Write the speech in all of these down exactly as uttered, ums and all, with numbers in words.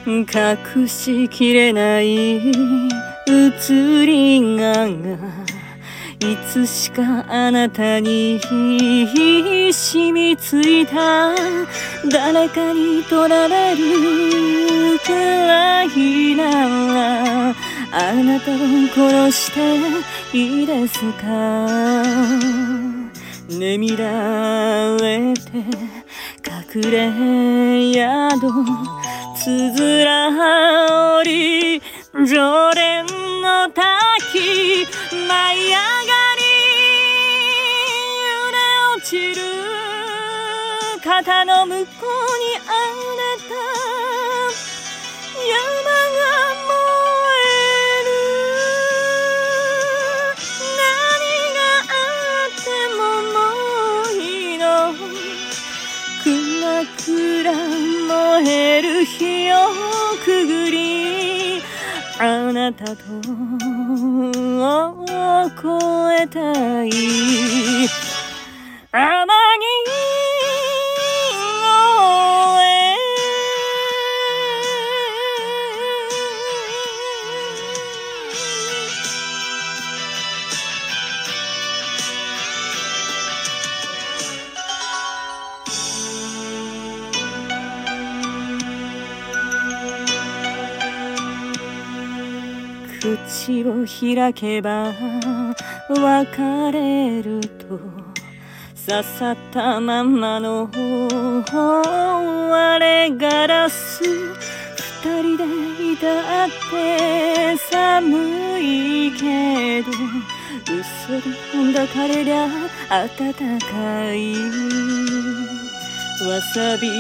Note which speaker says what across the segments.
Speaker 1: 隠しきれない移りがいつしかあなたに染みついた。誰かに取られるくらいならあなたを殺していいですか。眠られて隠れ宿つづら折り常連の滝舞い上がり揺れ落ちる肩の向こうにあなた山が燃える。何があってももういいの。くらくら燃える火をくぐりあなたと越えたい。天城へ口を開けば別れると刺さったまんまの割れガラス。二人でいたって寒いけど嘘で抱かれりゃ暖かい。わさび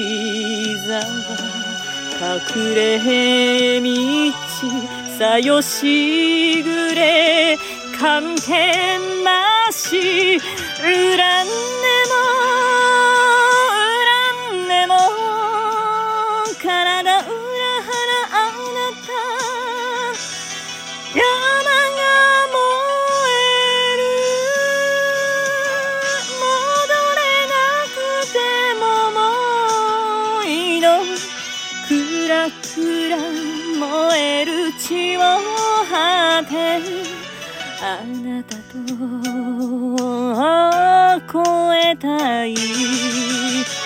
Speaker 1: 沢隠れ道さよしぐれ寒天なし恨んでも恨んでも体裏腹あなた山が燃える。戻れなくてももういいの。くらくら燃える血を果てあなたと越えたい。